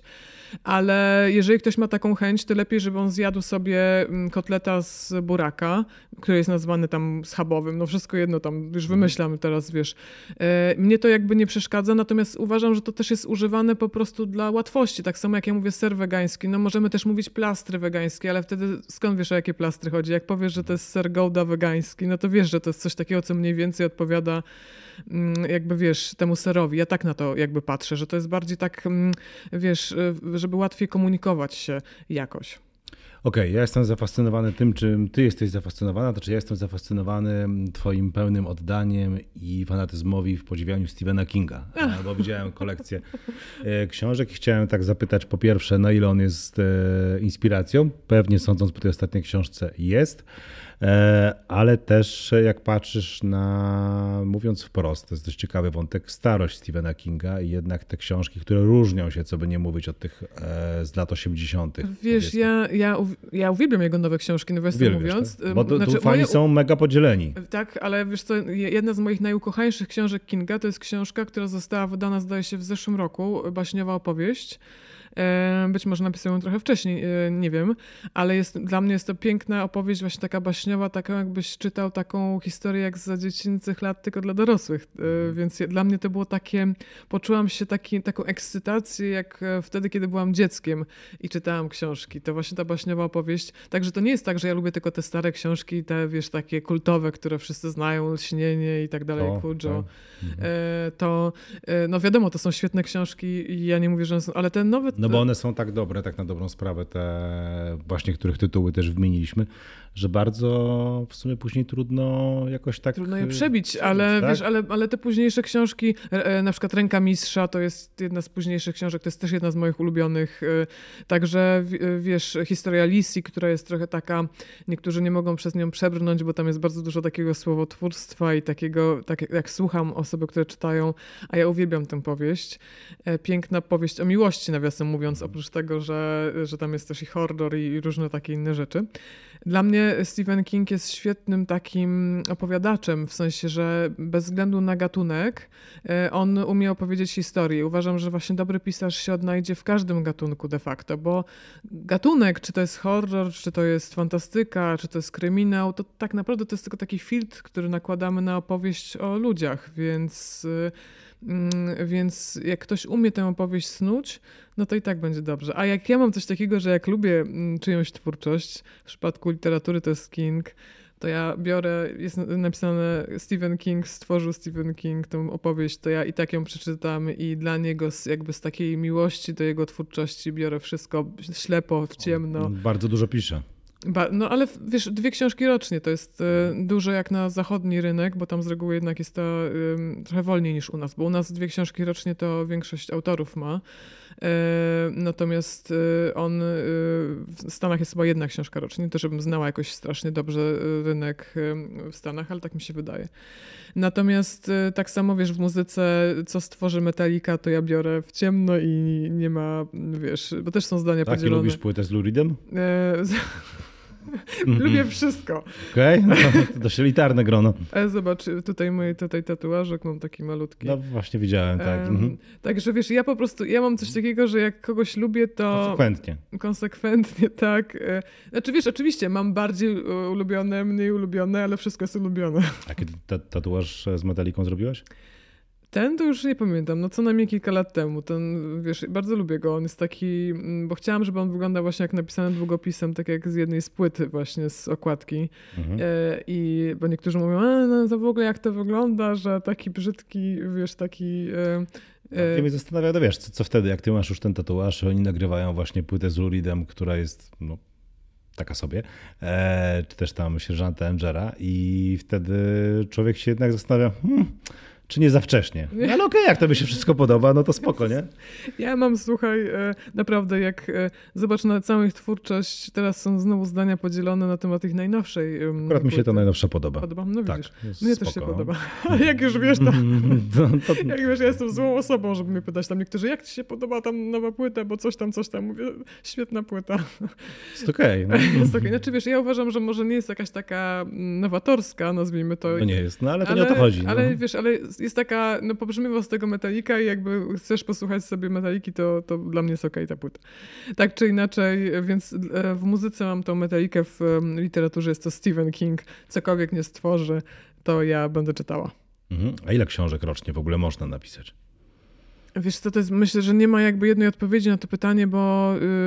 Ale jeżeli ktoś ma taką chęć, to lepiej, żeby on zjadł sobie kotleta z buraka, który jest nazwany tam schabowym, no wszystko jedno tam, już wymyślam teraz, wiesz. Mnie to jakby nie przeszkadza, natomiast uważam, że to też jest używane po prostu dla łatwości, tak samo jak ja mówię ser wegański, no możemy też mówić plastry wegańskie, ale wtedy skąd wiesz, o jakie plastry chodzi? Jak powiesz, że to jest ser Gouda wegański, no to wiesz, że to jest coś takiego, co mniej więcej odpowiada jakby, wiesz, temu serowi. Ja tak na to jakby patrzę, że to jest bardziej tak, wiesz, żeby łatwiej komunikować się jakoś. Okej, ja jestem zafascynowany tym, czym ty jesteś zafascynowana, to czy ja jestem zafascynowany twoim pełnym oddaniem i fanatyzmowi w podziwianiu Stephena Kinga, bo widziałem kolekcję książek i chciałem tak zapytać po pierwsze, na ile on jest inspiracją, pewnie sądząc po tej ostatniej książce jest, ale też jak patrzysz na, mówiąc wprost, to jest dość ciekawy wątek, starość Stephena Kinga i jednak te książki, które różnią się, co by nie mówić, od tych z lat 80. Wiesz, ja uwielbiam jego nowe książki, nawiasem mówiąc. Tak? Bo tu fani są mega podzieleni. Tak, ale wiesz co, jedna z moich najukochańszych książek Kinga to jest książka, która została wydana, zdaje się, w zeszłym roku, baśniowa opowieść. Być może napisał ją trochę wcześniej, nie wiem, ale dla mnie jest to piękna opowieść, właśnie taka baśniowa, taką jakbyś czytał taką historię jak za dziecięcych lat, tylko dla dorosłych. Więc dla mnie to było takie, poczułam się taką ekscytację jak wtedy, kiedy byłam dzieckiem i czytałam książki. To właśnie ta baśniowa opowieść. Także to nie jest tak, że ja lubię tylko te stare książki, te wiesz, takie kultowe, które wszyscy znają, Lśnienie i tak dalej, Cujo. To, no wiadomo, to są świetne książki i ja nie mówię, że one są, ale te nowe... No bo one są tak dobre, tak na dobrą sprawę, te właśnie, których tytuły też wymieniliśmy, że bardzo w sumie później trudno jakoś tak... Trudno je przebić, ale tak? Wiesz, ale te późniejsze książki, na przykład Ręka Mistrza, to jest jedna z późniejszych książek, to jest też jedna z moich ulubionych. Także wiesz, historia Lisji, która jest trochę taka, niektórzy nie mogą przez nią przebrnąć, bo tam jest bardzo dużo takiego słowotwórstwa i takiego, tak jak słucham osoby, które czytają, a ja uwielbiam tę powieść. Piękna powieść o miłości, nawiasem mówiąc, oprócz tego, że tam jest też i horror i różne takie inne rzeczy. Dla mnie Stephen King jest świetnym takim opowiadaczem, w sensie, że bez względu na gatunek on umie opowiedzieć historię. Uważam, że właśnie dobry pisarz się odnajdzie w każdym gatunku de facto, bo gatunek, czy to jest horror, czy to jest fantastyka, czy to jest kryminał, to tak naprawdę to jest tylko taki filtr, który nakładamy na opowieść o ludziach, więc jak ktoś umie tę opowieść snuć, no to i tak będzie dobrze. A jak ja mam coś takiego, że jak lubię czyjąś twórczość, w przypadku literatury to jest King, to ja biorę, jest napisane stworzył Stephen King tą opowieść, to ja i tak ją przeczytam i dla niego jakby z takiej miłości do jego twórczości biorę wszystko ślepo, w ciemno. Bardzo dużo pisze. No ale wiesz, 2 książki rocznie to jest dużo jak na zachodni rynek, bo tam z reguły jednak jest to trochę wolniej niż u nas, bo u nas 2 książki rocznie to większość autorów ma. Natomiast w Stanach jest chyba 1 książka rocznie, nie to żebym znała jakoś strasznie dobrze rynek w Stanach, ale tak mi się wydaje. Natomiast tak samo wiesz, w muzyce, co stworzy Metallica, to ja biorę w ciemno i nie ma, wiesz, bo też są zdania podzielone. Tak, lubisz płytę z Lou Reedem? Lubię wszystko. Okej, no to dość elitarne grono. Zobacz, tutaj mój tatuażek mam taki malutki. No właśnie widziałem, tak. Także wiesz, ja mam coś takiego, że jak kogoś lubię, to... Konsekwentnie, tak. Znaczy wiesz, oczywiście mam bardziej ulubione, mniej ulubione, ale wszystko jest ulubione. A kiedy tatuaż z Metallicą zrobiłaś? Ten to już nie pamiętam, no co najmniej kilka lat temu. Ten, wiesz, bardzo lubię go. On jest taki, bo chciałam, żeby on wyglądał właśnie jak napisany długopisem, tak jak z jednej z płyty właśnie, z okładki. Bo niektórzy mówią, no to w ogóle jak to wygląda, że taki brzydki, wiesz, taki... Ja mnie zastanawia, no wiesz, co wtedy, jak ty masz już ten tatuaż, oni nagrywają właśnie płytę z Lou Reedem, która jest, no, taka sobie, czy też tam Sierżanta Angera i wtedy człowiek się jednak zastanawia, czy nie za wcześnie. No, ale okej, jak tobie się wszystko podoba, no to spoko, nie? Ja mam, słuchaj, naprawdę jak zobacz na całą ich twórczość, teraz są znowu zdania podzielone na temat ich najnowszej. Akurat mi się ta najnowsza podoba. No tak, widzisz, mnie też się podoba. A jak już wiesz, to jak wiesz, ja jestem złą osobą, żeby mnie pytać tam niektórzy, jak ci się podoba tam nowa płyta, bo coś tam. Mówię, świetna płyta. Jest okej. Jest okej. Znaczy wiesz, ja uważam, że może nie jest jakaś taka nowatorska, nazwijmy to. No nie jest, no ale to nie o to chodzi. Ale wiesz, ale jest taka, no pobrzmiewa z tego Metallica i jakby chcesz posłuchać sobie Metalliki, to dla mnie jest okej ta płyta. Tak czy inaczej, więc w muzyce mam tą Metallicę, w literaturze jest to Stephen King. Cokolwiek nie stworzy, to ja będę czytała. A ile książek rocznie w ogóle można napisać? Wiesz co, myślę, że nie ma jakby jednej odpowiedzi na to pytanie, bo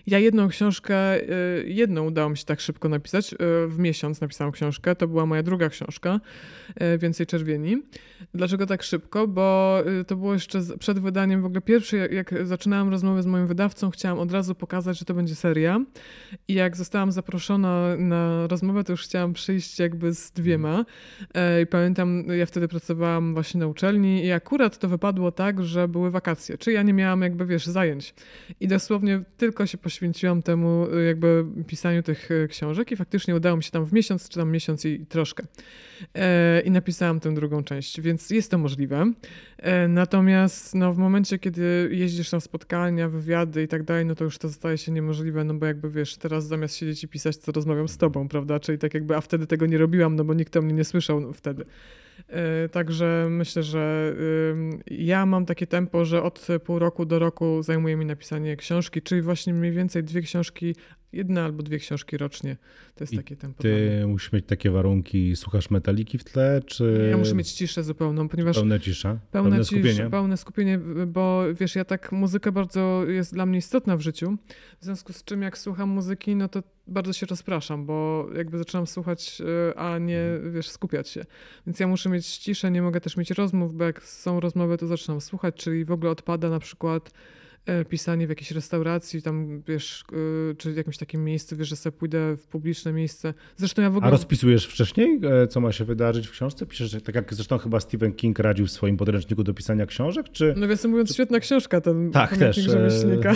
Ja jedną książkę, jedną udało mi się tak szybko napisać. W miesiąc napisałam książkę. To była moja druga książka, Więcej czerwieni. Dlaczego tak szybko? Bo to było jeszcze przed wydaniem. W ogóle pierwszy, jak zaczynałam rozmowę z moim wydawcą, chciałam od razu pokazać, że to będzie seria. I jak zostałam zaproszona na rozmowę, to już chciałam przyjść jakby z 2. I pamiętam, ja wtedy pracowałam właśnie na uczelni i akurat to wypadło tak, że były wakacje. Czyli ja nie miałam jakby, wiesz, zajęć. I dosłownie tylko się poświęciłam temu jakby pisaniu tych książek i faktycznie udało mi się tam w miesiąc, czy tam miesiąc i troszkę. I napisałam tę drugą część, więc jest to możliwe. Natomiast no, w momencie, kiedy jeździsz na spotkania, wywiady i tak dalej, no to już to staje się niemożliwe, no bo jakby wiesz, teraz zamiast siedzieć i pisać, to rozmawiam z tobą, prawda? Czyli tak jakby, a wtedy tego nie robiłam, no bo nikt o mnie nie słyszał wtedy. Także myślę, że ja mam takie tempo, że od pół roku do roku zajmuje mi napisanie książki, czyli właśnie mniej więcej 2 książki, 1 albo 2 książki rocznie. To jest takie tempo. Ty musisz mieć takie warunki, słuchasz Metaliki w tle, czy... Ja muszę mieć ciszę zupełną, ponieważ... Pełna cisza? Pełne skupienie? Pełne skupienie, bo wiesz, ja tak, muzyka bardzo jest dla mnie istotna w życiu, w związku z czym jak słucham muzyki, no to bardzo się rozpraszam, bo jakby zaczynam słuchać, a nie, wiesz, skupiać się. Więc ja muszę mieć ciszę, nie mogę też mieć rozmów, bo jak są rozmowy, to zaczynam słuchać, czyli w ogóle odpada na przykład pisanie w jakiejś restauracji, tam wiesz, czy w jakimś takim miejscu, wiesz, że sobie pójdę w publiczne miejsce. Zresztą ja w ogóle... A rozpisujesz wcześniej, co ma się wydarzyć w książce? Piszesz, tak jak zresztą chyba Stephen King radził w swoim podręczniku do pisania książek, czy... No wiesz, mówiąc, świetna książka, ten tak, też. rzemieślnika.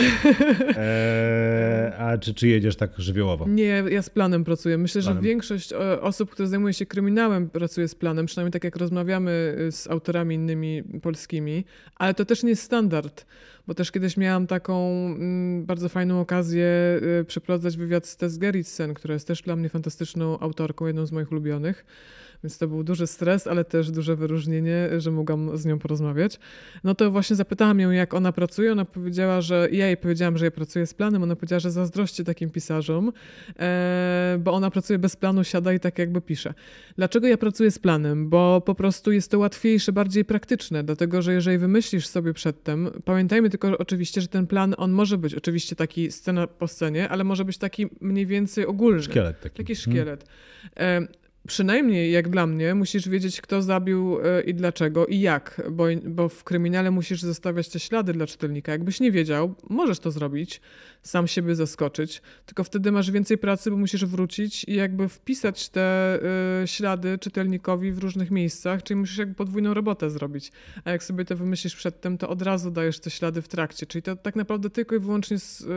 A czy jedziesz tak żywiołowo? Nie, ja z planem pracuję. Myślę, że większość osób, które zajmuje się kryminałem, pracuje z planem, przynajmniej tak jak rozmawiamy z autorami innymi polskimi, ale to też nie jest standard. Bo też kiedyś miałam taką bardzo fajną okazję przeprowadzać wywiad z Tess Gerritsen, która jest też dla mnie fantastyczną autorką, jedną z moich ulubionych. Więc to był duży stres, ale też duże wyróżnienie, że mogłam z nią porozmawiać. No to właśnie zapytałam ją, jak ona pracuje. Ona powiedziała, że ja jej powiedziałam, że ja pracuję z planem. Ona powiedziała, że zazdrości takim pisarzom, bo ona pracuje bez planu, siada i tak jakby pisze. Dlaczego ja pracuję z planem? Bo po prostu jest to łatwiejsze, bardziej praktyczne, dlatego że jeżeli wymyślisz sobie przedtem, pamiętajmy tylko oczywiście, że ten plan, on może być oczywiście taki scena po scenie, ale może być taki mniej więcej ogólny. Szkielet taki. Taki szkielet. Przynajmniej, jak dla mnie, musisz wiedzieć, kto zabił i dlaczego i jak, bo w kryminale musisz zostawiać te ślady dla czytelnika. Jakbyś nie wiedział, możesz to zrobić, sam siebie zaskoczyć, tylko wtedy masz więcej pracy, bo musisz wrócić i jakby wpisać te ślady czytelnikowi w różnych miejscach, czyli musisz jakby podwójną robotę zrobić. A jak sobie to wymyślisz przedtem, to od razu dajesz te ślady w trakcie. Czyli to tak naprawdę tylko i wyłącznie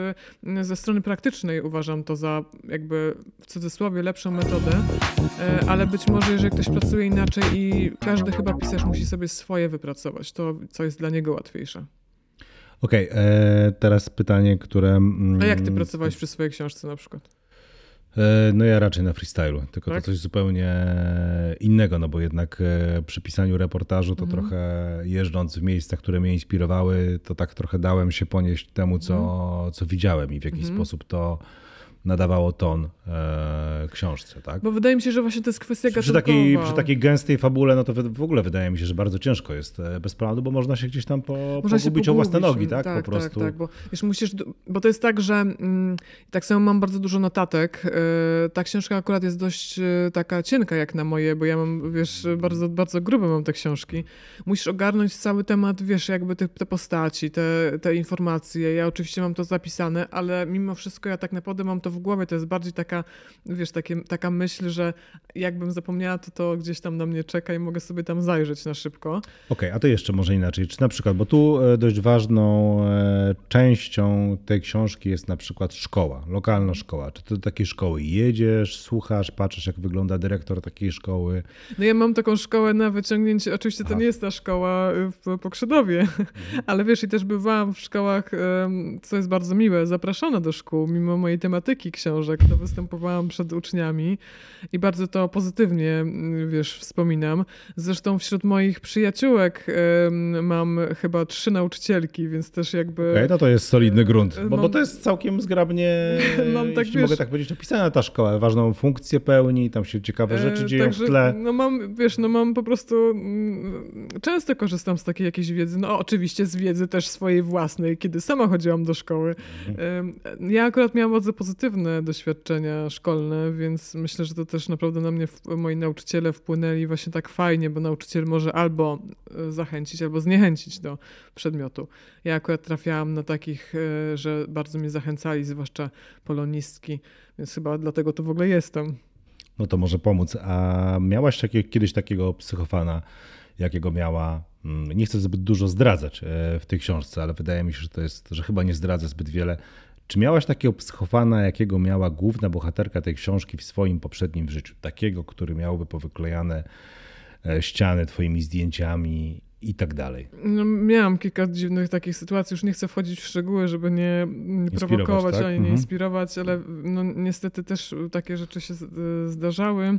ze strony praktycznej uważam to za jakby w cudzysłowie lepszą metodę, ale być może jeżeli ktoś pracuje inaczej i każdy chyba pisarz musi sobie swoje wypracować, to co jest dla niego łatwiejsze. Okej, teraz pytanie, które... A jak ty pracowałeś przy swojej książce na przykład? No ja raczej na freestylu, tylko tak? To coś zupełnie innego, no bo jednak przy pisaniu reportażu to trochę jeżdżąc w miejscach, które mnie inspirowały, to tak trochę dałem się ponieść temu, co widziałem i w jakiś sposób to nadawało ton książce, tak? Bo wydaje mi się, że właśnie to jest kwestia gatunkowa. Przy takiej gęstej fabule, no to w ogóle wydaje mi się, że bardzo ciężko jest bez planu, bo można się gdzieś tam pogubić o własne nogi, tak? Tak, po prostu. tak, bo to jest tak, że tak samo mam bardzo dużo notatek. Ta książka akurat jest dość taka cienka jak na moje, bo ja mam, wiesz, bardzo, bardzo grube mam te książki. Musisz ogarnąć cały temat, wiesz, jakby te postaci, te informacje. Ja oczywiście mam to zapisane, ale mimo wszystko ja tak naprawdę mam to w głowie. To jest bardziej taka, wiesz, taka myśl, że jakbym zapomniała, to gdzieś tam na mnie czeka i mogę sobie tam zajrzeć na szybko. Okej, a to jeszcze może inaczej. Czy na przykład, bo tu dość ważną częścią tej książki jest na przykład szkoła, lokalna szkoła. Czy ty do takiej szkoły jedziesz, słuchasz, patrzysz, jak wygląda dyrektor takiej szkoły? No ja mam taką szkołę na wyciągnięcie, oczywiście to nie jest ta szkoła w Pokrzydowie, ale wiesz, i też bywałam w szkołach, co jest bardzo miłe, zapraszana do szkół, mimo mojej tematyki książek, to występowałam przed uczniami i bardzo to pozytywnie, wiesz, wspominam. Zresztą wśród moich przyjaciółek mam chyba 3 nauczycielki, więc też jakby... Okej, no to jest solidny grunt, bo to jest całkiem zgrabnie, mam, tak, jeśli mogę tak powiedzieć, opisana ta szkoła. Ważną funkcję pełni, tam się ciekawe rzeczy dzieją także, w tle. Mam po prostu... Często korzystam z takiej jakiejś wiedzy, no oczywiście z wiedzy też swojej własnej, kiedy sama chodziłam do szkoły. Ja akurat miałam bardzo pozytywne doświadczenia szkolne, więc myślę, że to też naprawdę na mnie moi nauczyciele wpłynęli właśnie tak fajnie, bo nauczyciel może albo zachęcić, albo zniechęcić do przedmiotu. Ja akurat trafiałam na takich, że bardzo mnie zachęcali, zwłaszcza polonistki, więc chyba dlatego tu w ogóle jestem. No to może pomóc. A miałaś kiedyś takiego psychofana, jakiego miała, nie chcę zbyt dużo zdradzać w tej książce, ale wydaje mi się, że chyba nie zdradzę zbyt wiele. Czy miałaś takiego psychofana, jakiego miała główna bohaterka tej książki w swoim poprzednim życiu? Takiego, który miałby powyklejane ściany twoimi zdjęciami i tak dalej. No, miałam kilka dziwnych takich sytuacji, już nie chcę wchodzić w szczegóły, żeby nie prowokować, tak? Ani nie inspirować, ale no, niestety też takie rzeczy się zdarzały,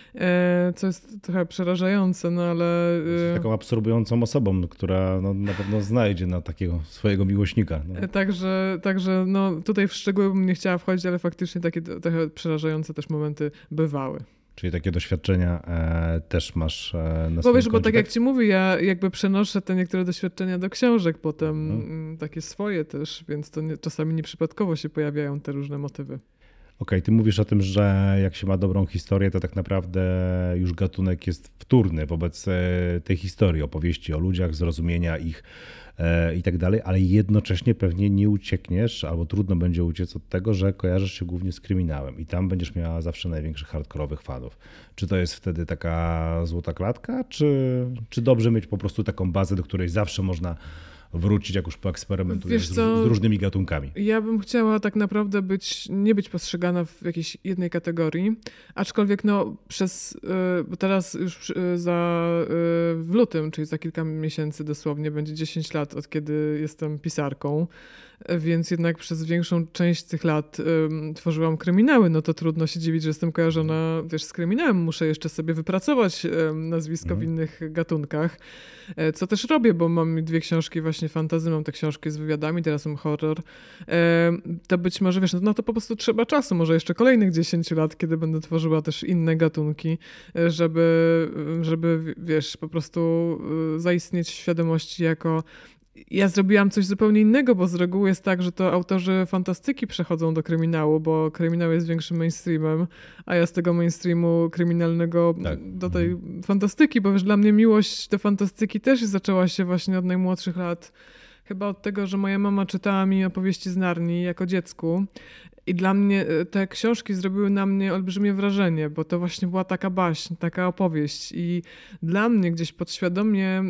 co jest trochę przerażające, no ale... Jesteś taką absorbującą osobą, która no, na pewno znajdzie na takiego swojego miłośnika. No. Także no, tutaj w szczegóły bym nie chciała wchodzić, ale faktycznie takie trochę przerażające też momenty bywały. Czyli takie doświadczenia też masz na swoim Bo wiesz, bo koncie, tak jak ci mówię, ja jakby przenoszę te niektóre doświadczenia do książek potem, takie swoje też, więc to czasami nieprzypadkowo się pojawiają te różne motywy. Okej, ty mówisz o tym, że jak się ma dobrą historię, to tak naprawdę już gatunek jest wtórny wobec tej historii, opowieści o ludziach, zrozumienia ich i tak dalej, ale jednocześnie pewnie nie uciekniesz, albo trudno będzie uciec od tego, że kojarzysz się głównie z kryminałem i tam będziesz miała zawsze największych hardkorowych fanów. Czy to jest wtedy taka złota klatka, czy dobrze mieć po prostu taką bazę, do której zawsze można wrócić, jak już poeksperymentujesz z różnymi gatunkami? Ja bym chciała tak naprawdę nie być postrzegana w jakiejś jednej kategorii, aczkolwiek no bo teraz już w lutym, czyli za kilka miesięcy dosłownie, będzie 10 lat od kiedy jestem pisarką, więc jednak przez większą część tych lat tworzyłam kryminały, no to trudno się dziwić, że jestem kojarzona, wiesz, z kryminałem. Muszę jeszcze sobie wypracować nazwisko w innych gatunkach, co też robię, bo mam 2 książki właśnie fantasy, mam te książki z wywiadami, teraz mam horror. To być może, wiesz, no to po prostu trzeba czasu, może jeszcze kolejnych 10 lat, kiedy będę tworzyła też inne gatunki, żeby wiesz, po prostu zaistnieć w świadomości jako... Ja zrobiłam coś zupełnie innego, bo z reguły jest tak, że to autorzy fantastyki przechodzą do kryminału, bo kryminał jest większym mainstreamem, a ja z tego mainstreamu kryminalnego do tej fantastyki, bo wiesz, dla mnie miłość do fantastyki też zaczęła się właśnie od najmłodszych lat. Chyba od tego, że moja mama czytała mi opowieści z Narni jako dziecku. I dla mnie te książki zrobiły na mnie olbrzymie wrażenie, bo to właśnie była taka baśń, taka opowieść. I dla mnie gdzieś podświadomie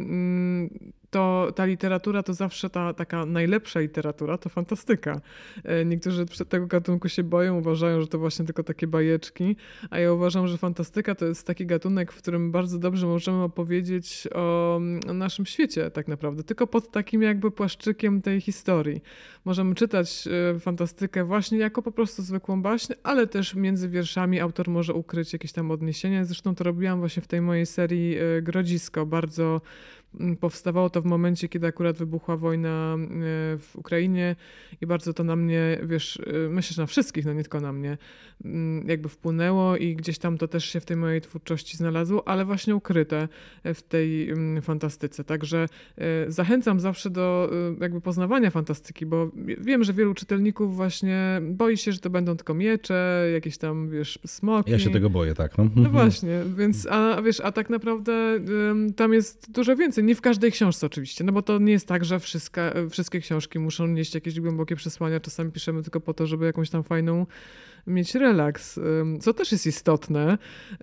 ta literatura to zawsze ta taka najlepsza literatura, to fantastyka. Niektórzy przed tego gatunku się boją, uważają, że to właśnie tylko takie bajeczki, a ja uważam, że fantastyka to jest taki gatunek, w którym bardzo dobrze możemy opowiedzieć o naszym świecie tak naprawdę, tylko pod takim jakby płaszczykiem tej historii. Możemy czytać fantastykę właśnie jako po prostu zwykłą baśń, ale też między wierszami autor może ukryć jakieś tam odniesienia. Zresztą to robiłam właśnie w tej mojej serii Grodzisko. Bardzo powstawało to w momencie, kiedy akurat wybuchła wojna w Ukrainie i bardzo to na mnie, wiesz, myślę, że na wszystkich, no nie tylko na mnie, jakby wpłynęło i gdzieś tam to też się w tej mojej twórczości znalazło, ale właśnie ukryte w tej fantastyce. Także zachęcam zawsze do jakby poznawania fantastyki, bo wiem, że wielu czytelników właśnie boi się, że to będą tylko miecze, jakieś tam, wiesz, smoki. Ja się tego boję, tak. No właśnie, więc, a tak naprawdę tam jest dużo więcej. Nie w każdej książce oczywiście, no bo to nie jest tak, że wszystkie książki muszą nieść jakieś głębokie przesłania. Czasami piszemy tylko po to, żeby jakąś tam fajną mieć relaks, co też jest istotne,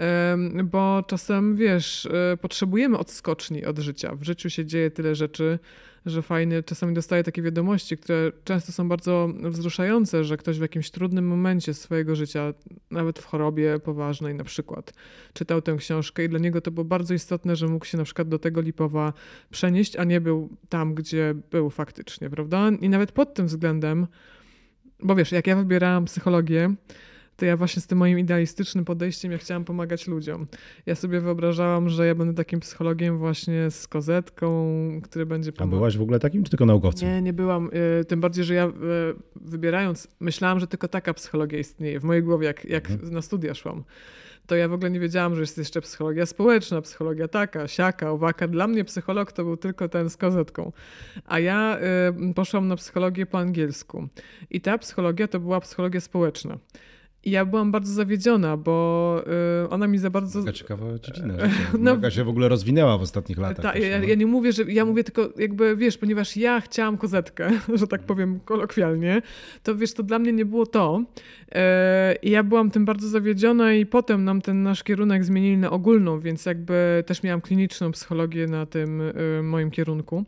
bo czasem, wiesz, potrzebujemy odskoczni od życia. W życiu się dzieje tyle rzeczy, że fajnie czasami dostaję takie wiadomości, które często są bardzo wzruszające, że ktoś w jakimś trudnym momencie swojego życia, nawet w chorobie poważnej na przykład, czytał tę książkę i dla niego to było bardzo istotne, że mógł się na przykład do tego Lipowa przenieść, a nie był tam, gdzie był faktycznie, prawda? I nawet pod tym względem, bo wiesz, jak ja wybierałam psychologię, to ja właśnie z tym moim idealistycznym podejściem ja chciałam pomagać ludziom. Ja sobie wyobrażałam, że ja będę takim psychologiem właśnie z kozetką, który będzie pomagał. A byłaś w ogóle takim, czy tylko naukowcem? Nie byłam. Tym bardziej, że ja wybierając, myślałam, że tylko taka psychologia istnieje. W mojej głowie, jak na studia szłam, to ja w ogóle nie wiedziałam, że jest jeszcze psychologia społeczna, psychologia taka, siaka, owaka. Dla mnie psycholog to był tylko ten z kozetką. A ja poszłam na psychologię po angielsku. I ta psychologia to była psychologia społeczna. I ja byłam bardzo zawiedziona, bo ona mi za bardzo... Taka ciekawa dziedzina. Mega się w ogóle rozwinęła w ostatnich latach. Ja nie mówię, że... Ja mówię tylko jakby, wiesz, ponieważ ja chciałam kozetkę, że tak powiem kolokwialnie, to wiesz, to dla mnie nie było to. I ja byłam tym bardzo zawiedziona i potem nam ten nasz kierunek zmienili na ogólną, więc jakby też miałam kliniczną psychologię na tym moim kierunku.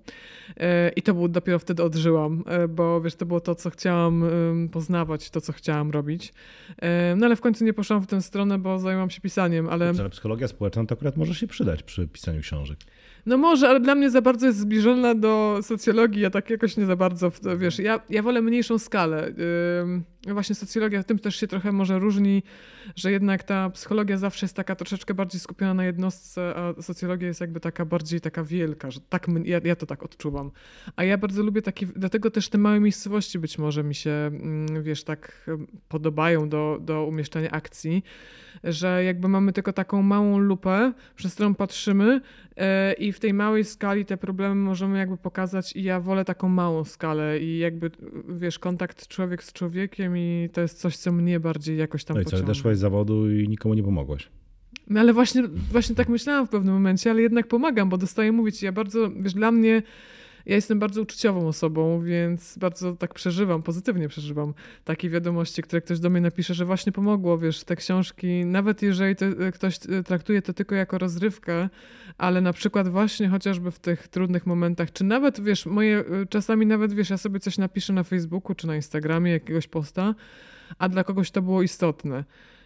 I to było dopiero wtedy odżyłam, bo wiesz, to było to, co chciałam poznawać, to, co chciałam robić. No ale w końcu nie poszłam w tę stronę, bo zajęłam się pisaniem, ale psychologia społeczna to akurat może się przydać przy pisaniu książek. No może, ale dla mnie za bardzo jest zbliżona do socjologii, ja tak jakoś nie za bardzo, wiesz, ja wolę mniejszą skalę. Właśnie socjologia w tym też się trochę może różni, że jednak ta psychologia zawsze jest taka troszeczkę bardziej skupiona na jednostce, a socjologia jest jakby taka bardziej taka wielka, że tak ja to tak odczuwam. A ja bardzo lubię takie, dlatego też te małe miejscowości być może mi się, wiesz, tak podobają do umieszczania akcji, że jakby mamy tylko taką małą lupę, przez którą patrzymy i w tej małej skali te problemy możemy jakby pokazać i ja wolę taką małą skalę i jakby, wiesz, kontakt człowiek z człowiekiem i to jest coś, co mnie bardziej jakoś tam pociąga. No i co, odeszłaś z zawodu i nikomu nie pomogłaś? No ale właśnie tak myślałam w pewnym momencie, ale jednak pomagam, bo dostaję mówić, ja bardzo, wiesz, dla mnie ja jestem bardzo uczuciową osobą, więc bardzo tak pozytywnie przeżywam takie wiadomości, które ktoś do mnie napisze, że właśnie pomogło, wiesz, te książki, nawet jeżeli ktoś traktuje to tylko jako rozrywkę, ale na przykład właśnie chociażby w tych trudnych momentach, czy nawet, wiesz, czasami nawet, wiesz, ja sobie coś napiszę na Facebooku czy na Instagramie, jakiegoś posta, a dla kogoś to było istotne.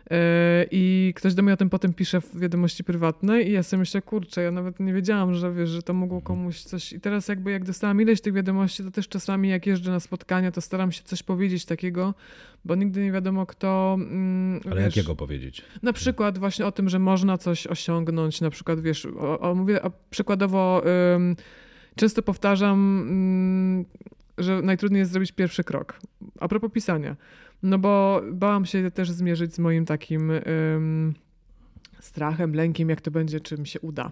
I ktoś do mnie o tym potem pisze w wiadomości prywatnej i ja sobie myślę, kurczę, ja nawet nie wiedziałam, że wiesz, że to mogło komuś coś... I teraz jakby jak dostałam ileś tych wiadomości, to też czasami jak jeżdżę na spotkania, to staram się coś powiedzieć takiego, bo nigdy nie wiadomo kto... Ale wiesz, jakiego powiedzieć? Na przykład właśnie o tym, że można coś osiągnąć, na przykład wiesz, mówię przykładowo, często powtarzam, że najtrudniej jest zrobić pierwszy krok. A propos pisania. No bo bałam się też zmierzyć z moim takim strachem, lękiem, jak to będzie, czy mi się uda.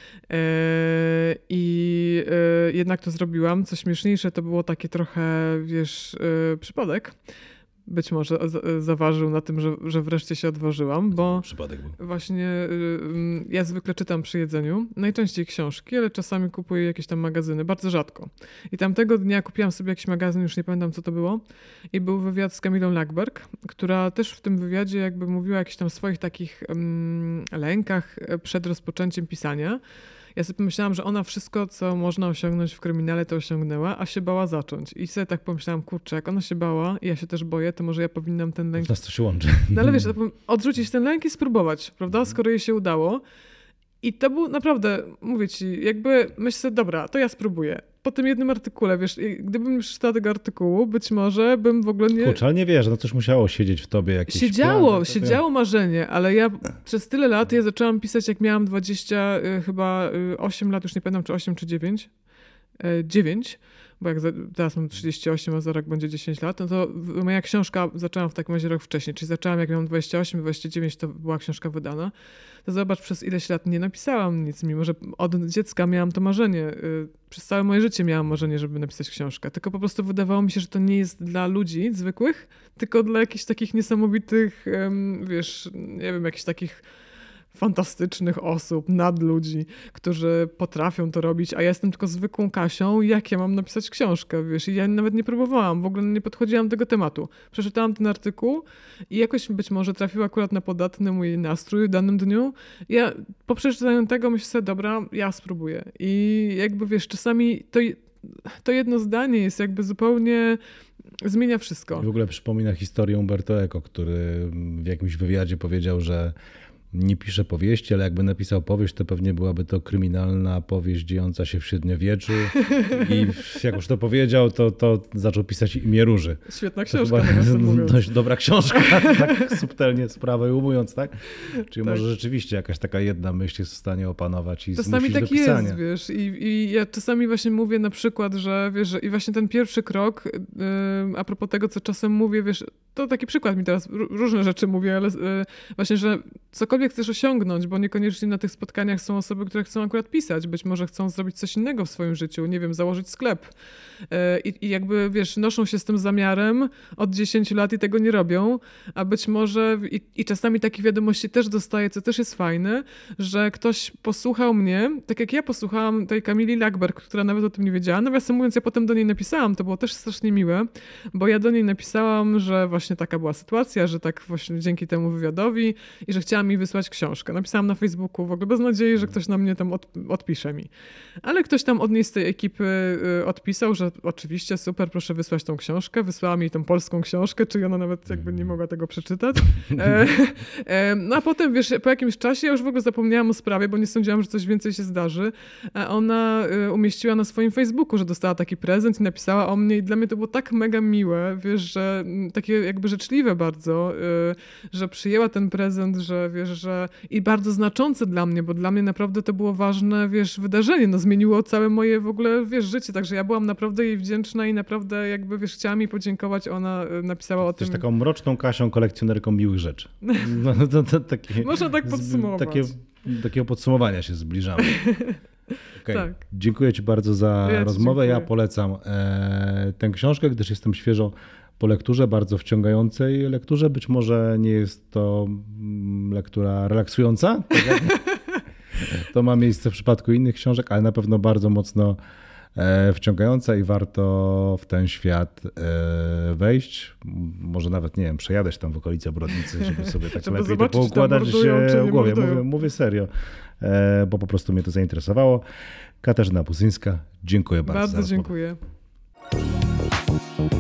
I jednak to zrobiłam. Co śmieszniejsze, to było takie trochę, wiesz, przypadek. Być może zaważył na tym, że wreszcie się odważyłam, bo przypadek był. Właśnie ja zwykle czytam przy jedzeniu, najczęściej książki, ale czasami kupuję jakieś tam magazyny, bardzo rzadko. I tamtego dnia kupiłam sobie jakiś magazyn, już nie pamiętam co to było, i był wywiad z Kamilą Lackberg, która też w tym wywiadzie jakby mówiła o jakichś tam swoich takich lękach przed rozpoczęciem pisania. Ja sobie pomyślałam, że ona wszystko, co można osiągnąć w kryminale, to osiągnęła, a się bała zacząć. I sobie tak pomyślałam, kurczę, jak ona się bała i ja się też boję, to może ja powinnam ten lęk... Nas to się łączy. No ale wiesz, odrzucić ten lęk i spróbować, prawda? Skoro jej się udało. I to był naprawdę, mówię ci, jakby myślę, dobra, to ja spróbuję. Po tym jednym artykule, wiesz, gdybym nie przeczytała tego artykułu, być może bym w ogóle nie... Kurczę, ale nie wiesz, no coś musiało siedzieć w tobie jakieś... Siedziało marzenie, ale ja przez tyle lat, ja zaczęłam pisać jak miałam 20, chyba 8 lat, już nie pamiętam czy 8 czy 9. 9, bo jak teraz mam 38, a za rok będzie 10 lat, no to moja książka zaczęłam w takim razie rok wcześniej, czyli zaczęłam jak miałam 28, 29 to była książka wydana. To zobacz, przez ileś lat nie napisałam nic, mimo że od dziecka miałam to marzenie. Przez całe moje życie miałam marzenie, żeby napisać książkę. Tylko po prostu wydawało mi się, że to nie jest dla ludzi zwykłych, tylko dla jakichś takich niesamowitych, wiesz, nie wiem, jakichś takich fantastycznych osób, nadludzi, którzy potrafią to robić, a ja jestem tylko zwykłą Kasią, jak ja mam napisać książkę, wiesz, i ja nawet nie próbowałam, w ogóle nie podchodziłam do tego tematu. Przeczytałam ten artykuł i jakoś być może trafił akurat na podatny mój nastrój w danym dniu. Ja po przeczytaniu tego myślę sobie, dobra, ja spróbuję. I jakby, wiesz, czasami to jedno zdanie jest jakby zupełnie... zmienia wszystko. W ogóle przypomina historię Umberto Eco, który w jakimś wywiadzie powiedział, że nie pisze powieści, ale jakby napisał powieść, to pewnie byłaby to kryminalna powieść dziejąca się w średniowieczu. I jak już to powiedział, to zaczął pisać Imię Róży. Świetna książka, nawiasem mówiąc. Dość dobra książka, tak subtelnie sprawę ujmując, tak? Czyli Tak. może rzeczywiście jakaś taka jedna myśl jest w stanie opanować i Czasami zmusić tak do pisania. jest, wiesz, i ja czasami właśnie mówię na przykład, że wiesz, że i właśnie ten pierwszy krok, a propos tego, co czasem mówię, wiesz, to taki przykład mi teraz, różne rzeczy mówię, ale właśnie, że cokolwiek chcesz osiągnąć, bo niekoniecznie na tych spotkaniach są osoby, które chcą akurat pisać, być może chcą zrobić coś innego w swoim życiu, nie wiem, założyć sklep i jakby, wiesz, noszą się z tym zamiarem od 10 lat i tego nie robią, a być może i czasami takie wiadomości też dostaję, co też jest fajne, że ktoś posłuchał mnie, tak jak ja posłuchałam tej Kamili Lackberg, która nawet o tym nie wiedziała. Nawiasem mówiąc, ja potem do niej napisałam, to było też strasznie miłe, bo ja do niej napisałam, że właśnie taka była sytuacja, że tak właśnie dzięki temu wywiadowi i że chciała mi wysłać książkę. Napisałam na Facebooku w ogóle bez nadziei, że ktoś na mnie tam odpisze mi. Ale ktoś tam od niej z tej ekipy odpisał, że oczywiście super, proszę wysłać tą książkę. Wysłałam jej tą polską książkę, czyli ona nawet jakby nie mogła tego przeczytać. No a potem, wiesz, po jakimś czasie ja już w ogóle zapomniałam o sprawie, bo nie sądziłam, że coś więcej się zdarzy. A ona umieściła na swoim Facebooku, że dostała taki prezent i napisała o mnie i dla mnie to było tak mega miłe, wiesz, że takie jakby życzliwe bardzo, że przyjęła ten prezent, że wiesz, że i bardzo znaczące dla mnie, bo dla mnie naprawdę to było ważne, wiesz, wydarzenie, no zmieniło całe moje w ogóle, wiesz, życie, także ja byłam naprawdę jej wdzięczna i naprawdę jakby, wiesz, chciała mi podziękować, ona napisała o tym. Jesteś taką mroczną Kasią, kolekcjonerką miłych rzeczy. No, to można tak podsumować. Takiego podsumowania się zbliżamy. Okay. Tak. Dziękuję Ci bardzo za rozmowę. Dziękuję. Ja polecam tę książkę, gdyż jestem świeżo po lekturze, bardzo wciągającej lekturze. Być może nie jest to lektura relaksująca, tak jak to ma miejsce w przypadku innych książek, ale na pewno bardzo mocno wciągająca i warto w ten świat wejść. Może nawet, nie wiem, przejadać tam w okolice Brodnicy, żeby sobie tak żeby lepiej zobaczyć, to poukładać się w głowie. mordują. Mówię serio, bo po prostu mnie to zainteresowało. Katarzyna Puzyńska, dziękuję bardzo za rozmowę. Bardzo dziękuję.